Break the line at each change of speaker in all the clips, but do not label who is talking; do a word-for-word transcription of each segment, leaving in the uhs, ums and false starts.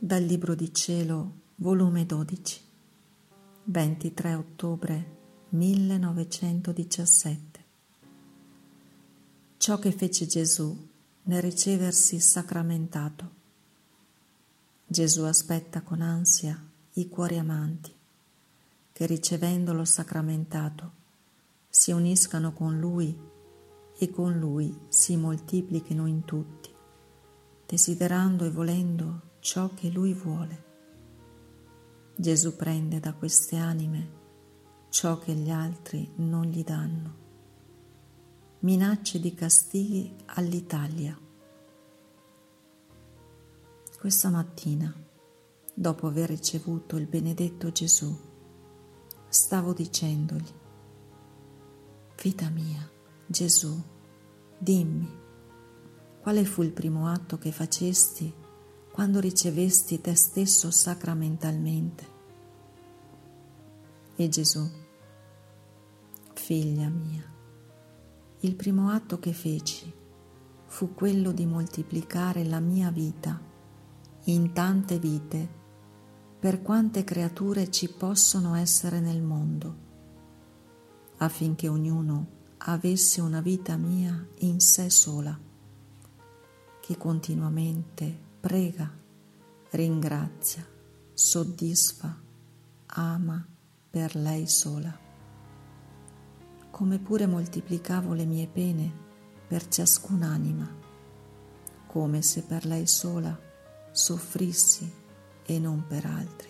Dal Libro di Cielo, volume dodici, ventitré ottobre millenovecentodiciassette. Ciò che fece Gesù nel riceversi sacramentato. Gesù aspetta con ansia i cuori amanti, che ricevendolo sacramentato si uniscano con Lui e con Lui si moltiplichino in tutti, desiderando e volendo ciò che Lui vuole. Gesù prende da queste anime ciò che gli altri non gli danno. Minacce di castighi all'Italia. Questa mattina, dopo aver ricevuto il benedetto Gesù, stavo dicendogli: vita mia, Gesù, dimmi, quale fu il primo atto che facesti quando ricevesti te stesso sacramentalmente? E Gesù: figlia mia, il primo atto che feci fu quello di moltiplicare la mia vita in tante vite per quante creature ci possono essere nel mondo, affinché ognuno avesse una vita mia in sé sola, che continuamente prega, ringrazia, soddisfa, ama per lei sola. Come pure moltiplicavo le mie pene per ciascun'anima, come se per lei sola soffrissi e non per altri.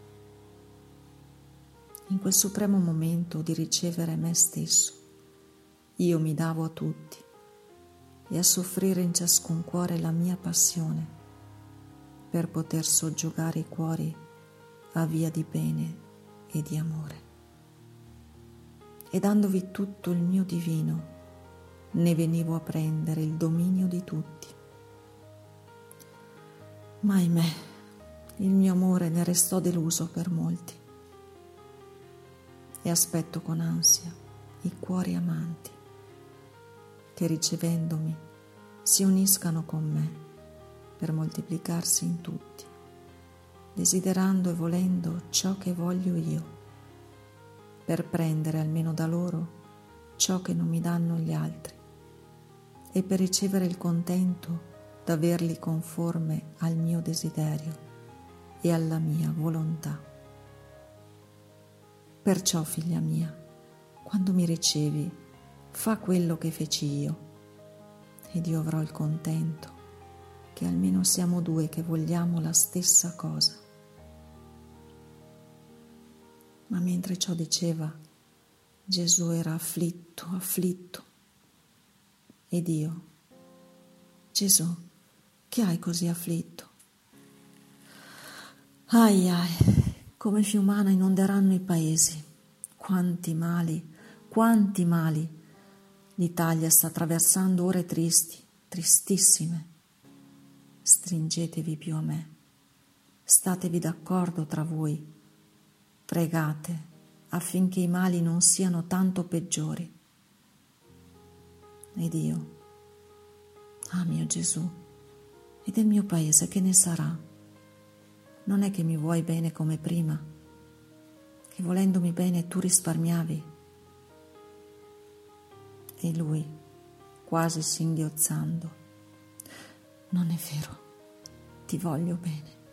In quel supremo momento di ricevere me stesso, io mi davo a tutti e a soffrire in ciascun cuore la mia passione, per poter soggiogare i cuori a via di bene e di amore. E dandovi tutto il mio divino, ne venivo a prendere il dominio di tutti. Ma ahimè, il mio amore ne restò deluso per molti, e aspetto con ansia i cuori amanti, che ricevendomi si uniscano con me per moltiplicarsi in tutti, desiderando e volendo ciò che voglio io, per prendere almeno da loro ciò che non mi danno gli altri e per ricevere il contento d'averli conforme al mio desiderio e alla mia volontà. Perciò, figlia mia, quando mi ricevi, fa quello che feci io, ed io avrò il contento che almeno siamo due che vogliamo la stessa cosa. Ma mentre ciò diceva, Gesù era afflitto, afflitto. Ed io: Gesù, che hai così afflitto? Ai ai, come fiumana inonderanno i paesi. Quanti mali, quanti mali. L'Italia sta attraversando ore tristi, tristissime. Stringetevi più a me, statevi d'accordo tra voi, pregate affinché i mali non siano tanto peggiori. Ed io: ah mio Gesù, e del mio paese che ne sarà? Non è che mi vuoi bene come prima, che volendomi bene tu risparmiavi? E lui, quasi singhiozzando: non è vero, ti voglio bene.